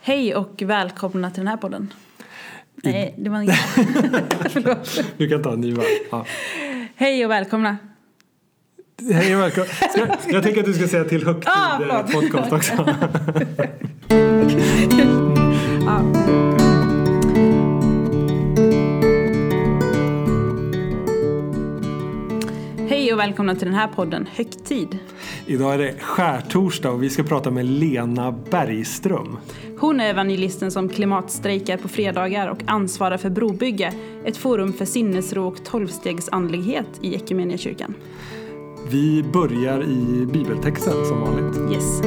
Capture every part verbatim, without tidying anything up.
Hej och välkomna till den här podden. Nej, det var inte. Förlåt. Du kan ta en ny va? Ja. Hej och välkomna. Hej och välkomna. Ska, jag tänker att du ska säga till högtid ah, podcast också. ja. Hej och välkomna till den här podden Högtid. Idag är det skärtorsdag och vi ska prata med Lena Bergström. Hon är evangelisten som klimatstrejkar på fredagar och ansvarar för Brobygge, ett forum för sinnesro och tolvstegsandlighet i Ekumeniakyrkan. Vi börjar i bibeltexten som vanligt. Yes.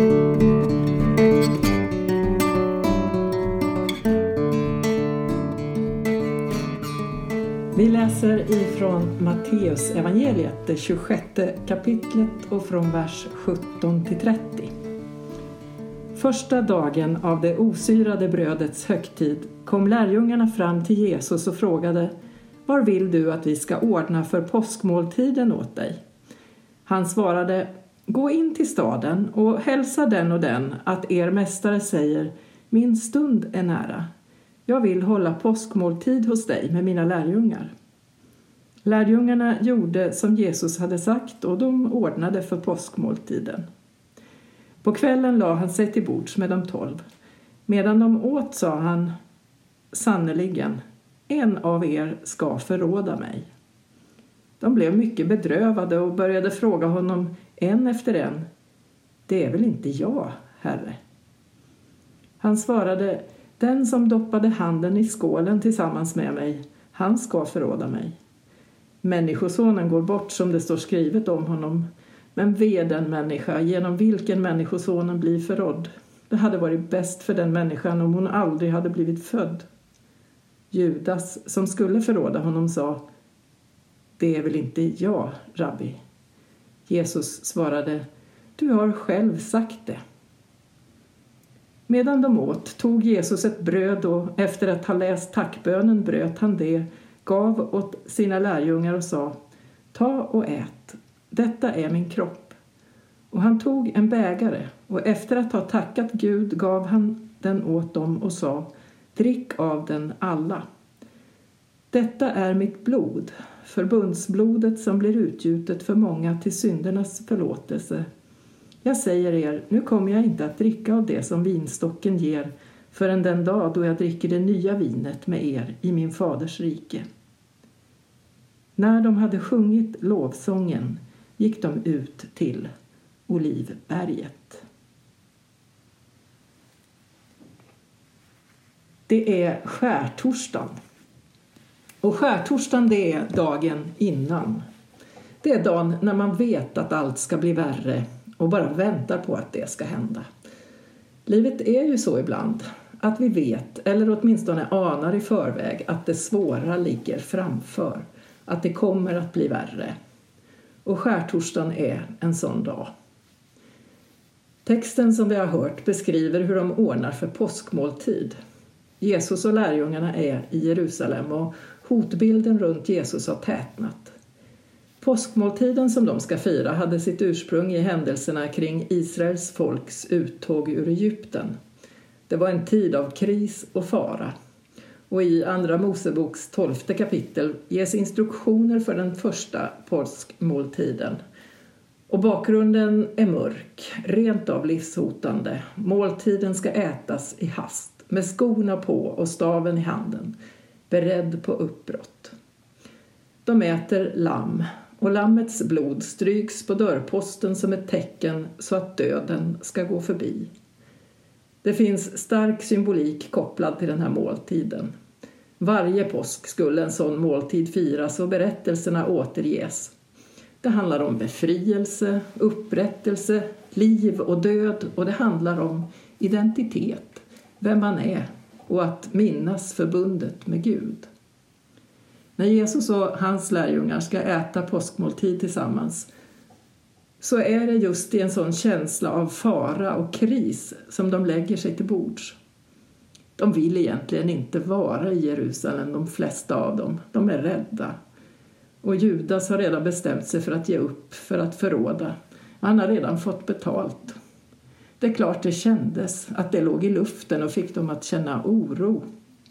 Vi läser ifrån Matteus evangeliet, det tjugosjätte kapitlet och från vers sjutton till trettio. Första dagen av det osyrade brödets högtid kom lärjungarna fram till Jesus och frågade: Var vill du att vi ska ordna för påskmåltiden åt dig? Han svarade: Gå in till staden och hälsa den och den att er mästare säger: Min stund är nära. Jag vill hålla påskmåltid hos dig med mina lärjungar. Lärjungarna gjorde som Jesus hade sagt och de ordnade för påskmåltiden. På kvällen la han sig till bords med de tolv. Medan de åt sa han: Sannoliken, en av er ska förråda mig. De blev mycket bedrövade och började fråga honom en efter en: Det är väl inte jag, Herre? Han svarade: Den som doppade handen i skålen tillsammans med mig, han ska förråda mig. Människosonen går bort som det står skrivet om honom. Men ve den människa genom vilken människosonen blir förrådd. Det hade varit bäst för den människan om hon aldrig hade blivit född. Judas som skulle förråda honom sa: Det är väl inte jag, rabbi? Jesus svarade: Du har själv sagt det. Medan de åt tog Jesus ett bröd och efter att ha läst tackbönen bröt han det, gav åt sina lärjungar och sa: Ta och ät, detta är min kropp. Och han tog en bägare och efter att ha tackat Gud gav han den åt dem och sa: Drick av den alla. Detta är mitt blod, förbundsblodet som blir utgjutet för många till syndernas förlåtelse. Jag säger er, nu kommer jag inte att dricka av det som vinstocken ger förrän den dag då jag dricker det nya vinet med er i min faders rike. När de hade sjungit lovsången gick de ut till Olivberget. Det är skärtorsdagen. Och skärtorsdagen det är dagen innan. Det är dagen när man vet att allt ska bli värre och bara väntar på att det ska hända. Livet är ju så ibland att vi vet, eller åtminstone anar i förväg, att det svåra ligger framför. Att det kommer att bli värre. Och skärtorsdagen är en sån dag. Texten som vi har hört beskriver hur de ordnar för påskmåltid. Jesus och lärjungarna är i Jerusalem och hotbilden runt Jesus har tätnat. Påskmåltiden som de ska fira hade sitt ursprung i händelserna kring Israels folks uttåg ur Egypten. Det var en tid av kris och fara. Och i andra Moseboks tolfte kapitel ges instruktioner för den första påskmåltiden. Och bakgrunden är mörk, rent av livshotande. Måltiden ska ätas i hast, med skorna på och staven i handen, beredd på uppbrott. De äter lamm. Och lammets blod stryks på dörrposten som ett tecken så att döden ska gå förbi. Det finns stark symbolik kopplad till den här måltiden. Varje påsk skulle en sån måltid firas och berättelserna återges. Det handlar om befrielse, upprättelse, liv och död och det handlar om identitet, vem man är och att minnas förbundet med Gud. När Jesus och hans lärjungar ska äta påskmåltid tillsammans så är det just i en sån känsla av fara och kris som de lägger sig till bords. De vill egentligen inte vara i Jerusalem, de flesta av dem. De är rädda. Och Judas har redan bestämt sig för att ge upp, för att förråda. Han har redan fått betalt. Det är klart det kändes att det låg i luften och fick dem att känna oro.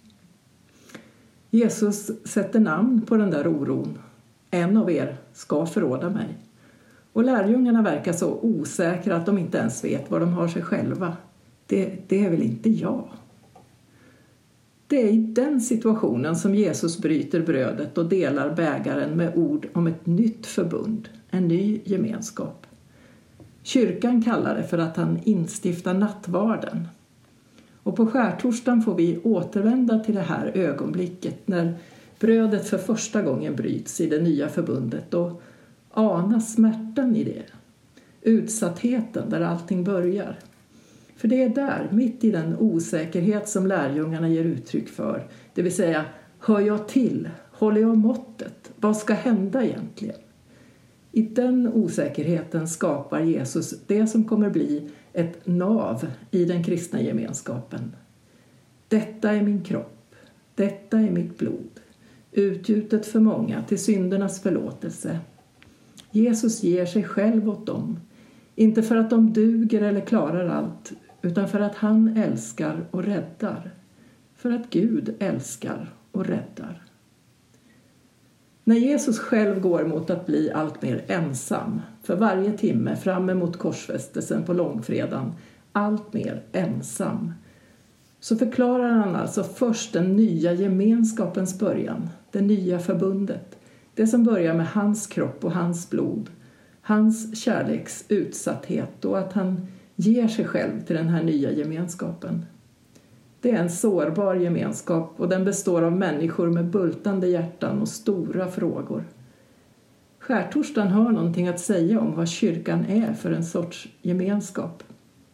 Jesus sätter namn på den där oron. En av er ska förråda mig. Och lärjungarna verkar så osäkra att de inte ens vet vad de har sig själva. Det, det är väl inte jag. Det är i den situationen som Jesus bryter brödet och delar bägaren med ord om ett nytt förbund, en ny gemenskap. Kyrkan kallar det för att han instiftar nattvarden. Och på skärtorsdagen får vi återvända till det här ögonblicket när brödet för första gången bryts i det nya förbundet och ana smärtan i det. Utsattheten där allting börjar. För det är där, mitt i den osäkerhet som lärjungarna ger uttryck för. Det vill säga, hör jag till? Håller jag måttet? Vad ska hända egentligen? I den osäkerheten skapar Jesus det som kommer bli ett nav i den kristna gemenskapen. Detta är min kropp. Detta är mitt blod. Utgjutet för många till syndernas förlåtelse. Jesus ger sig själv åt dem. Inte för att de duger eller klarar allt, utan för att han älskar och räddar. För att Gud älskar och räddar. När Jesus själv går mot att bli allt mer ensam, för varje timme fram emot korsfästelsen på långfredagen, allt mer ensam, så förklarar han alltså först den nya gemenskapens början, det nya förbundet. Det som börjar med hans kropp och hans blod, hans kärleks utsatthet och att han ger sig själv till den här nya gemenskapen. Det är en sårbar gemenskap och den består av människor med bultande hjärtan och stora frågor. Skärtorsdagen har någonting att säga om vad kyrkan är för en sorts gemenskap.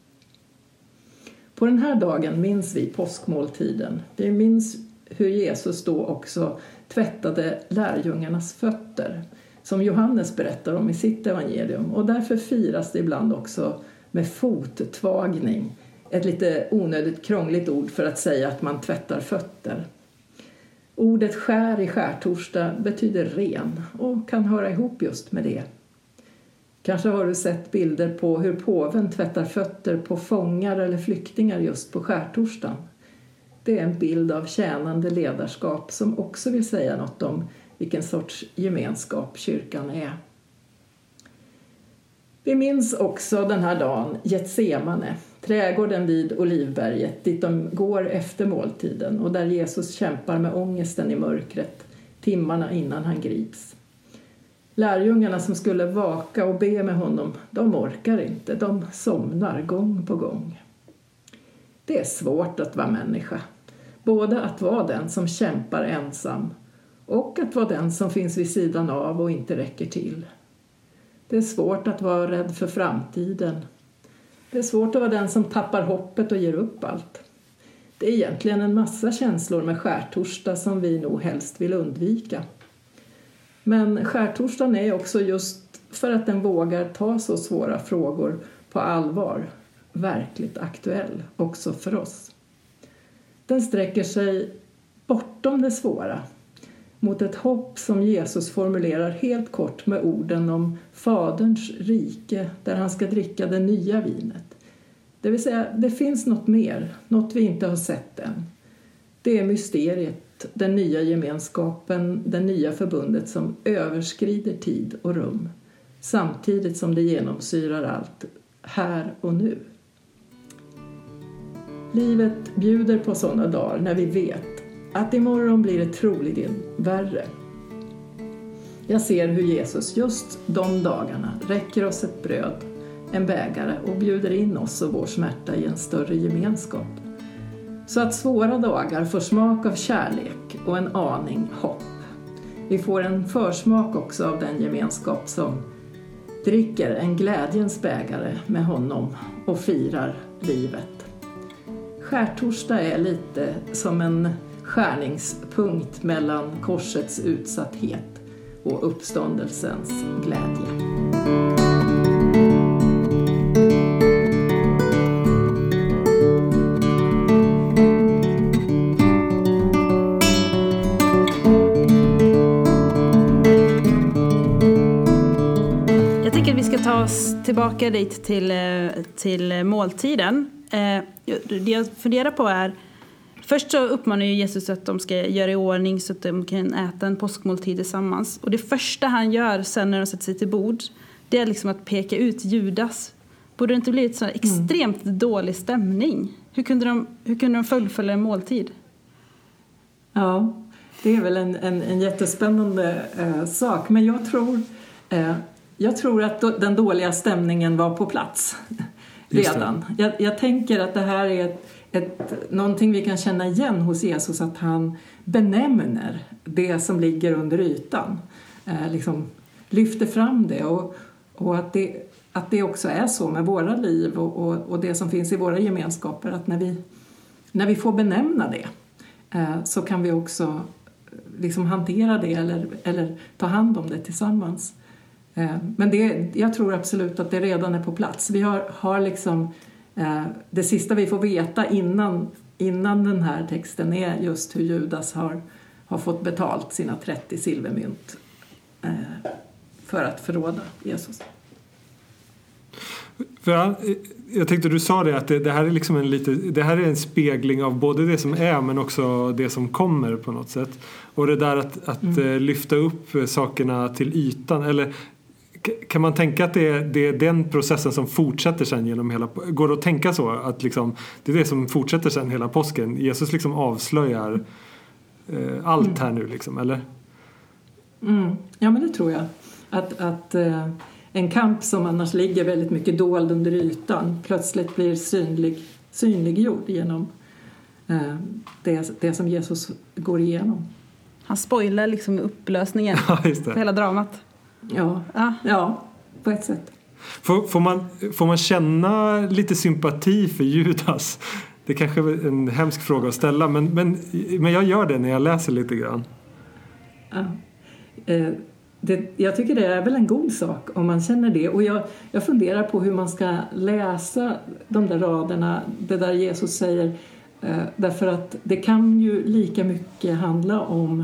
På den här dagen minns vi påskmåltiden. Vi minns hur Jesus då också tvättade lärjungarnas fötter, som Johannes berättar om i sitt evangelium. Och därför firas det ibland också med fottvagning. Ett lite onödigt krångligt ord för att säga att man tvättar fötter. Ordet skär i skärtorsdag betyder ren och kan höra ihop just med det. Kanske har du sett bilder på hur påven tvättar fötter på fångar eller flyktingar just på skärtorsdagen. Det är en bild av tjänande ledarskap som också vill säga något om vilken sorts gemenskap kyrkan är. Vi minns också den här dagen Getsemane, trädgården vid Olivberget, dit de går efter måltiden och där Jesus kämpar med ångesten i mörkret timmarna innan han grips. Lärjungarna som skulle vaka och be med honom, de orkar inte, de somnar gång på gång. Det är svårt att vara människa, både att vara den som kämpar ensam och att vara den som finns vid sidan av och inte räcker till. Det är svårt att vara rädd för framtiden. Det är svårt att vara den som tappar hoppet och ger upp allt. Det är egentligen en massa känslor med skärtorsdag som vi nog helst vill undvika. Men skärtorsdagen är också just för att den vågar ta så svåra frågor på allvar, verkligt aktuell också för oss. Den sträcker sig bortom det svåra, mot ett hopp som Jesus formulerar helt kort med orden om Faderns rike där han ska dricka det nya vinet. Det vill säga, det finns något mer, något vi inte har sett än. Det är mysteriet, den nya gemenskapen, det nya förbundet som överskrider tid och rum, samtidigt som det genomsyrar allt, här och nu. Livet bjuder på sådana dagar när vi vet att imorgon blir det troligen värre. Jag ser hur Jesus just de dagarna räcker oss ett bröd, en bägare och bjuder in oss och vår smärta i en större gemenskap. Så att svåra dagar får smak av kärlek och en aning hopp. Vi får en försmak också av den gemenskap som dricker en glädjens bägare med honom och firar livet. Skärtorsdag är lite som en skärningspunkt mellan korsets utsatthet och uppståndelsens glädje. Jag tycker att vi ska ta oss tillbaka dit till, till måltiden. Det jag funderar på är, först så uppmanar ju Jesus att de ska göra i ordning så att de kan äta en påskmåltid tillsammans. Och det första han gör sen när de sätter sig till bord, det är liksom att peka ut Judas. Borde det inte bli ett sån extremt mm. dålig stämning? Hur kunde de, hur kunde de fullfölja en måltid? Ja, det är väl en, en, en jättespännande eh, sak. Men jag tror, eh, jag tror att do, den dåliga stämningen var på plats redan. Jag, jag tänker att det här är ett, ett, någonting vi kan känna igen hos Jesus. Att han benämner det som ligger under ytan. Eh, liksom lyfter fram det. Och, och att det... Att det också är så med våra liv och, och, och det som finns i våra gemenskaper. Att när vi, när vi får benämna det eh, så kan vi också liksom hantera det eller, eller ta hand om det tillsammans. Eh, men det, jag tror absolut att det redan är på plats. Vi har, har liksom, eh, det sista vi får veta innan, innan den här texten är just hur Judas har, har fått betalt sina trettio silvermynt eh, för att förråda Jesus. För jag, jag tänkte du sa det att det, det här är liksom en lite, det här är en spegling av både det som är men också det som kommer på något sätt. Och det där att, att mm. lyfta upp sakerna till ytan, eller kan man tänka att det är, det är den processen som fortsätter sen genom hela, går det att tänka så att liksom, det är det som fortsätter sen hela påsken? Jesus liksom avslöjar eh, allt mm. här nu liksom, eller? Mm. Ja, men det tror jag. Att, att eh... en kamp som annars ligger väldigt mycket dold under ytan plötsligt blir synlig, synliggjord genom eh, det, det som Jesus går igenom. Han spoilar liksom upplösningen ja, just det. För hela dramat. Ja, ah. ja på ett sätt. Får, får, man, får man känna lite sympati för Judas? Det är kanske är en hemsk fråga att ställa, men, men, men jag gör det när jag läser lite grann. Ja. Eh, Det, jag tycker det är väl en god sak om man känner det. Och jag, jag funderar på hur man ska läsa de där raderna, det där Jesus säger. Eh, därför att det kan ju lika mycket handla om,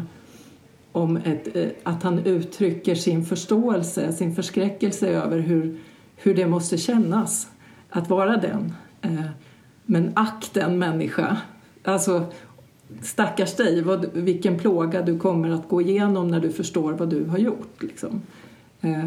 om ett, eh, att han uttrycker sin förståelse, sin förskräckelse över hur, hur det måste kännas att vara den. Eh, men ack den människa. Alltså... Stackars dig, vad, vilken plåga du kommer att gå igenom när du förstår vad du har gjort. Liksom. Eh,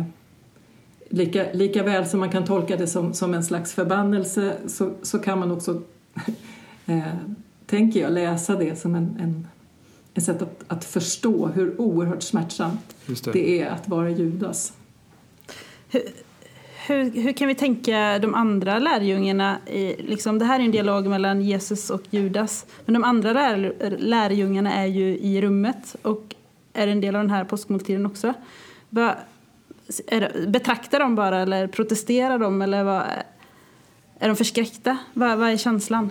lika, lika väl som man kan tolka det som, som en slags förbannelse så, så kan man också, eh, tänker jag, läsa det som en, en, ett sätt att, att förstå hur oerhört smärtsamt det. det är att vara Judas. Hur, hur, hur kan vi tänka de andra lärjungarna? I, liksom, det här är en dialog mellan Jesus och Judas. Men de andra lär, lärjungarna är ju i rummet och är en del av den här påskmåltiden också. Va, är det, betraktar de bara eller protesterar de? Eller vad, är de förskräckta? Vad, vad är känslan?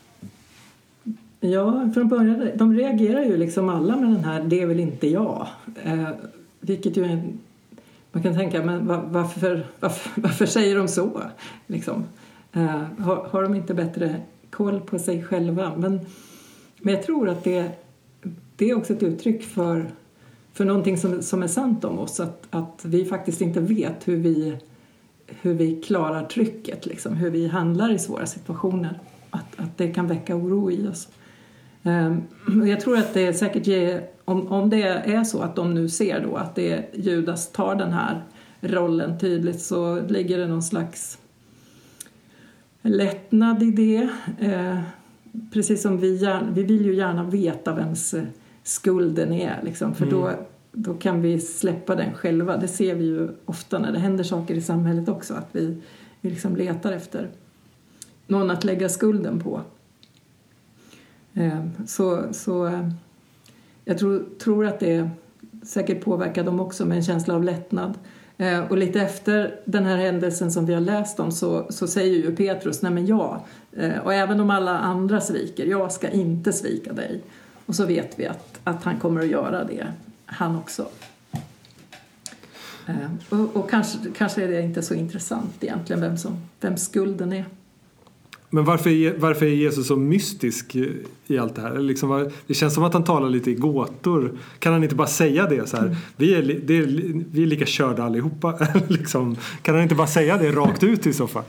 Ja, från början, de reagerar ju liksom alla med den här, det är väl inte jag. Eh, vilket ju är en... Man kan tänka, men varför, varför, varför säger de så? Liksom. Uh, har, har de inte bättre koll på sig själva? Men, men jag tror att det, det är också ett uttryck för, för någonting som, som är sant om oss. Att, att vi faktiskt inte vet hur vi, hur vi klarar trycket. Liksom, hur vi handlar i svåra situationer. Att, att det kan väcka oro i oss. Um, jag tror att det säkert ger, om, om det är så att de nu ser då att det Judas tar den här rollen tydligt, så ligger det någon slags lättnad i det. Uh, precis som vi, gärna, vi vill ju gärna veta vems skulden är liksom, för mm. då, då kan vi släppa den själva. Det ser vi ju ofta när det händer saker i samhället också, att vi, vi liksom letar efter någon att lägga skulden på. Så, så jag tror, tror att det säkert påverkar dem också med en känsla av lättnad. Och lite efter den här händelsen som vi har läst om så, så säger ju Petrus, nej men jag, och även om alla andra sviker, jag ska inte svika dig. Och så vet vi att, att han kommer att göra det, han också. Och, och kanske, kanske är det inte så intressant egentligen vem, som, vem skulden är. Men varför är, varför är Jesus så mystisk i allt det här? Liksom, det känns som att han talar lite i gåtor. Kan han inte bara säga det så här? Mm. Vi, är, det är, vi är lika körda allihopa. liksom, kan han inte bara säga det rakt ut i så fall?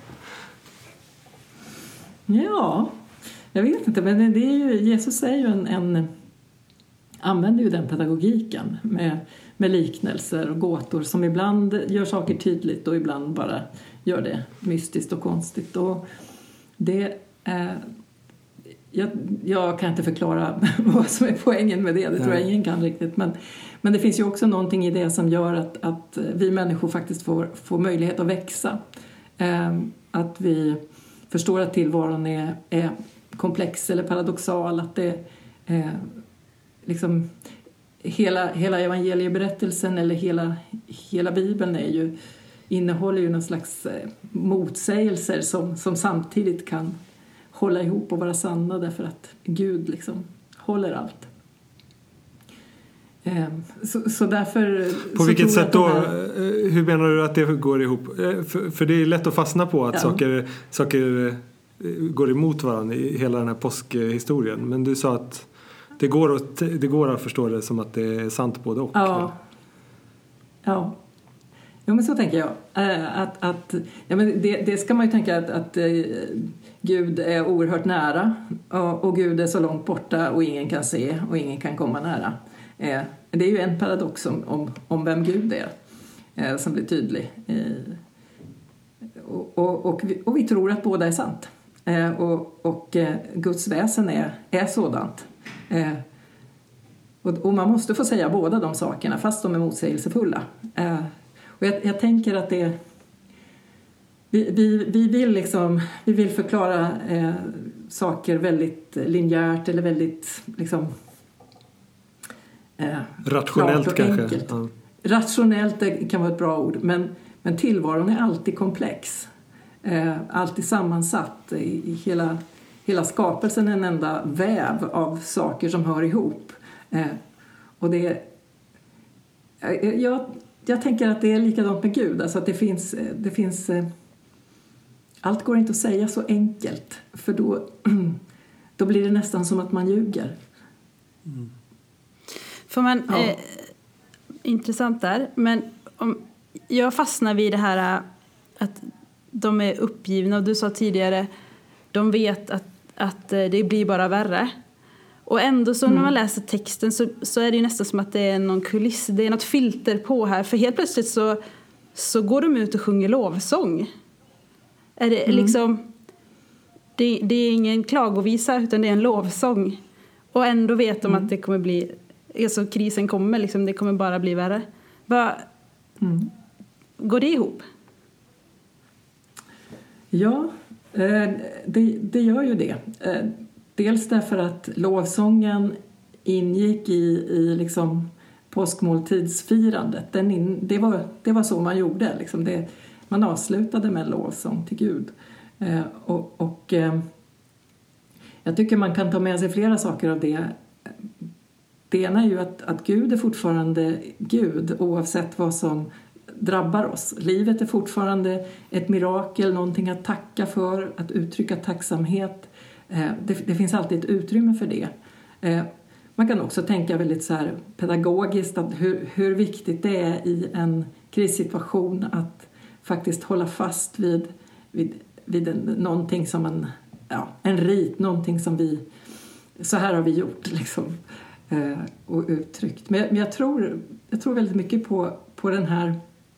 Ja, jag vet inte. Men det är ju, Jesus är ju en, en använder ju den pedagogiken med, med liknelser och gåtor som ibland gör saker tydligt och ibland bara gör det mystiskt och konstigt. Och det, eh, jag, jag kan inte förklara vad som är poängen med det, det tror jag ingen kan riktigt. Men, men det finns ju också någonting i det som gör att, att vi människor faktiskt får, får möjlighet att växa. Eh, att vi förstår att tillvaron är, är komplex eller paradoxal, att det eh, liksom hela, hela evangelieberättelsen eller hela, hela Bibeln är ju, innehåller ju någon slags eh, motsägelser som, som samtidigt kan hålla ihop och vara sanna därför att Gud liksom håller allt. Eh, så, så därför... På så vilket sätt då? Här... Hur menar du att det går ihop? För, för det är lätt att fastna på att ja. saker, saker går emot varandra i hela den här påskhistorien. Men du sa att det går att, det går att förstå det som att det är sant både och. Ja. Ja. Ja, men så tänker jag. Att, att, ja, men det, det ska man ju tänka att, att Gud är oerhört nära och, och Gud är så långt borta och ingen kan se och ingen kan komma nära. Det är ju en paradox om, om, om vem Gud är som blir tydlig. Och, och, och, vi, och vi tror att båda är sant. Och, och Guds väsen är, är sådant. Och, och man måste få säga båda de sakerna fast de är motsägelsefulla. Och jag, jag tänker att det vi, vi, vi vill liksom vi vill förklara eh, saker väldigt linjärt eller väldigt liksom eh, rationellt kanske. Ja. Rationellt det kan vara ett bra ord, men men tillvaron är alltid komplex. Eh, alltid sammansatt i, i hela hela skapelsen är en enda väv av saker som hör ihop. Eh, och det jag, jag Jag tänker att det är likadant med Gud. Alltså att det finns, det finns... Allt går inte att säga så enkelt. För då, då blir det nästan som att man ljuger. Mm. Får man... Ja. Eh, intressant där. Men om jag fastnar vid det här att de är uppgivna. Och du sa tidigare, de vet att, att det blir bara värre. Och ändå så mm. när man läser texten så, så är det ju nästan som att det är någon kuliss. Det är något filter på här. För helt plötsligt så, så går de ut och sjunger lovsång. Är det mm. liksom... Det, det är ingen klagovisa utan det är en lovsång. Och ändå vet de mm. att det kommer bli... Alltså krisen kommer liksom. Det kommer bara bli värre. Va, mm. Går det ihop? Ja, det, det gör ju det. Dels därför att lovsången ingick i, i liksom påskmåltidsfirandet. Den in, det, var, det var så man gjorde. Liksom det, man avslutade med lovsång till Gud. Eh, och och eh, jag tycker man kan ta med sig flera saker av det. Det ena är ju att, att Gud är fortfarande Gud oavsett vad som drabbar oss. Livet är fortfarande ett mirakel, någonting att tacka för, att uttrycka tacksamhet. Det, det finns alltid ett utrymme för det. Man kan också tänka väldigt så här pedagogiskt att hur, hur viktigt det är i en krissituation att faktiskt hålla fast vid, vid, vid en, någonting som en, ja, en rit, någonting som vi, så här har vi gjort liksom, och uttryckt. Men jag, men jag, tror, jag tror väldigt mycket på, på den här,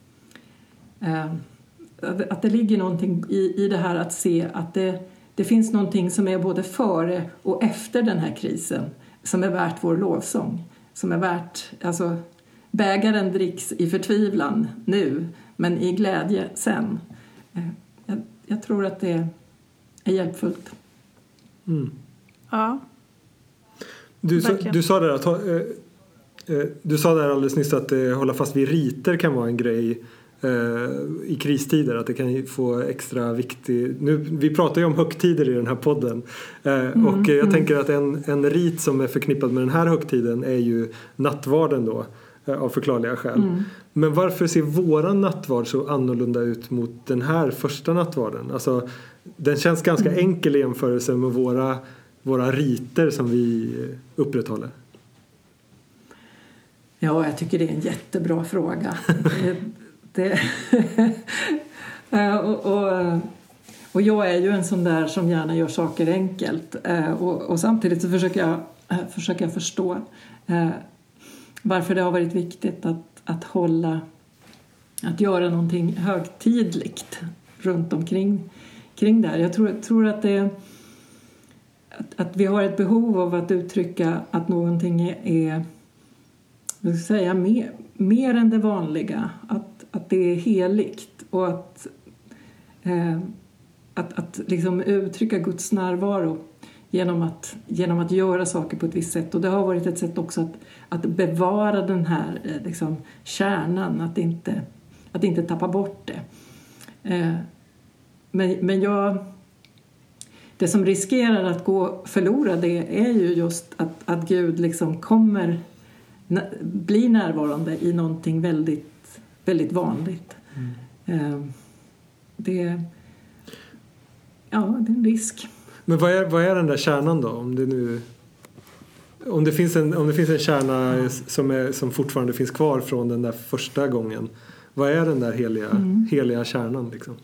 att det ligger någonting i, i det här att se att det Det finns någonting som är både före och efter den här krisen som är värt vår lovsång. Som är värt, alltså bägaren dricks i förtvivlan nu men i glädje sen. Jag, jag tror att det är hjälpfullt. Mm. Ja. Du, du sa där att eh, du sa där alldeles nyss att eh, hålla fast vid riter kan vara en grej i kristider, att det kan få extra viktig... Nu, vi pratar ju om högtider i den här podden mm, och jag mm. tänker att en, en rit som är förknippad med den här högtiden är ju nattvarden då, av förklarliga skäl. Mm. Men varför ser våran nattvard så annorlunda ut mot den här första nattvarden? Alltså, den känns ganska mm. enkel i jämförelse med våra, våra riter som vi upprätthåller. Ja, jag tycker det är en jättebra fråga. det, och, och, och jag är ju en sån där som gärna gör saker enkelt. Och, och samtidigt så försöker jag, försöker jag förstå varför det har varit viktigt att, att hålla, att göra någonting högtidligt runt omkring kring där. Jag tror, tror att det att, att vi har ett behov av att uttrycka att någonting är, är jag ska säga, mer, mer än det vanliga. Att, att det är heligt och att, eh, att, att liksom uttrycka Guds närvaro genom att, genom att göra saker på ett visst sätt. Och det har varit ett sätt också att, att bevara den här eh, liksom, kärnan, att inte, att inte tappa bort det. Eh, men, men jag, det som riskerar att gå förlorad det är ju just att, att Gud liksom kommer blir närvarande i någonting väldigt, väldigt vanligt. Mm. Det, ja, det är en risk. Men vad är, vad är den där kärnan då? Om det, nu, om det, finns, en, om det finns en kärna ja. som, är, som fortfarande finns kvar från den där första gången. Vad är den där heliga, mm. heliga kärnan liksom?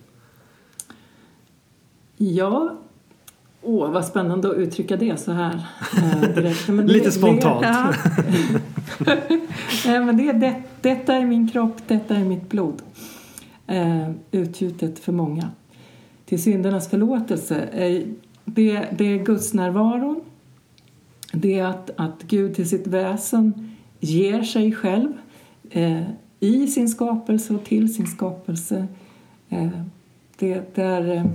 Ja, åh, vad spännande att uttrycka det så här eh, direkt. Men det, lite spontant. Det, ja. men det, det, detta är min kropp, detta är mitt blod. Eh, utgjutet för många. Till syndernas förlåtelse. Eh, det, det är Guds närvaron. Det är att, att Gud till sitt väsen ger sig själv eh, i sin skapelse och till sin skapelse. Eh, det, det är... Eh,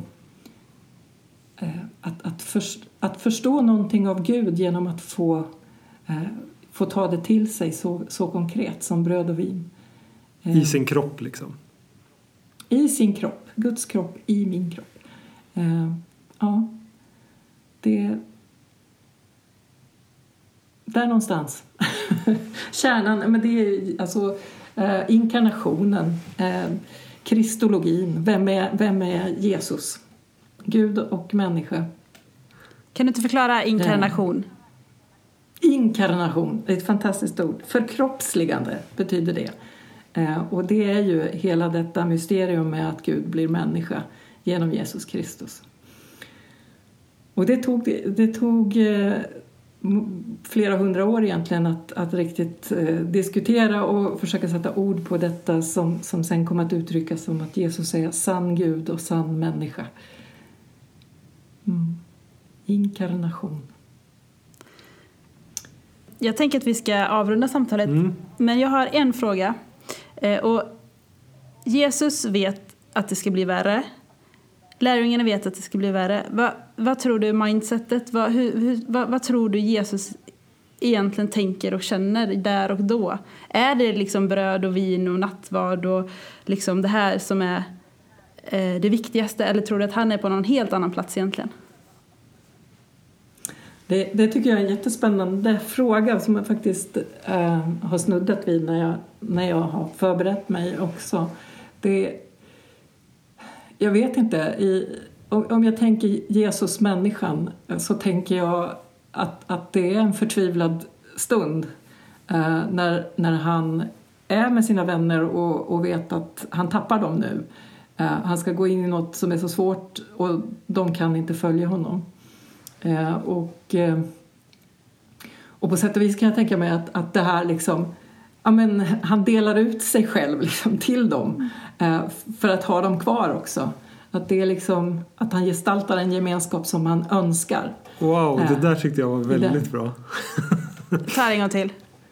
Att, att, först, att förstå någonting av Gud genom att få, eh, få ta det till sig så, så konkret som bröd och vin. Eh, I sin kropp liksom? I sin kropp. Guds kropp i min kropp. Eh, ja. Det... Där någonstans. Kärnan, men det är alltså eh, inkarnationen. Eh, kristologin. Vem är, vem är Jesus? Gud och människa. Kan du inte förklara inkarnation? Eh, inkarnation, det är ett fantastiskt ord. Förkroppsligande betyder det. Eh, och det är ju hela detta mysterium med att Gud blir människa genom Jesus Kristus. Och det tog, det tog eh, flera hundra år egentligen att, att riktigt eh, diskutera och försöka sätta ord på detta som, som sen kom att uttryckas som att Jesus är sann Gud och sann människa. Mm. Inkarnation. Jag tänker att vi ska avrunda samtalet. Mm. Men jag har en fråga. Eh, och Jesus vet att det ska bli värre. Lärjungarna vet att det ska bli värre. Va, vad tror du mindsetet? Va, hur, hur, va, vad tror du Jesus egentligen tänker och känner där och då? Är det liksom bröd och vin och nattvard och liksom det här som är eh, det viktigaste? Eller tror du att han är på någon helt annan plats egentligen? Det, det tycker jag är en jättespännande fråga som jag faktiskt äh, har snuddat vid när jag, när jag har förberett mig också. Det, jag vet inte, i, om jag tänker Jesus människan så tänker jag att, att det är en förtvivlad stund äh, när, när han är med sina vänner och, och vet att han tappar dem nu. Äh, han ska gå in i något som är så svårt och de kan inte följa honom. Eh, och, eh, och på sätt och vis kan jag tänka mig att, att det här liksom, ja, men, han delar ut sig själv liksom till dem eh, för att ha dem kvar också. Att det är liksom att han gestaltar en gemenskap som han önskar. Wow, eh, det där tyckte jag var väldigt bra. Ta en gång till.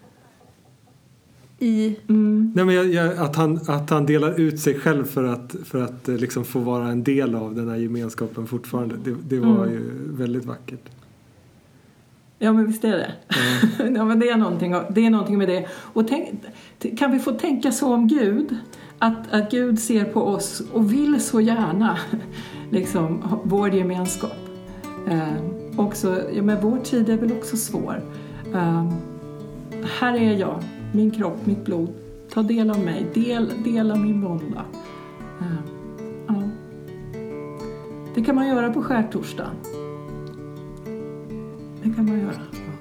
I... Mm. Nej, men jag, jag, att, han, att han delar ut sig själv för att, för att liksom få vara en del av den här gemenskapen fortfarande. Det, det var mm. ju väldigt vackert. Ja, men visst är det. Mm. Ja, men det är någonting, det är någonting med det. Och tänk, kan vi få tänka så om Gud? Att, att Gud ser på oss och vill så gärna liksom, vår gemenskap. Eh, också, ja, men vår tid är väl också svår. Eh, här är jag. Min kropp, mitt blod. Ta del av mig. Del, dela min vånda. Uh, ja. Det kan man göra på skärtorsdagen. Det kan man göra.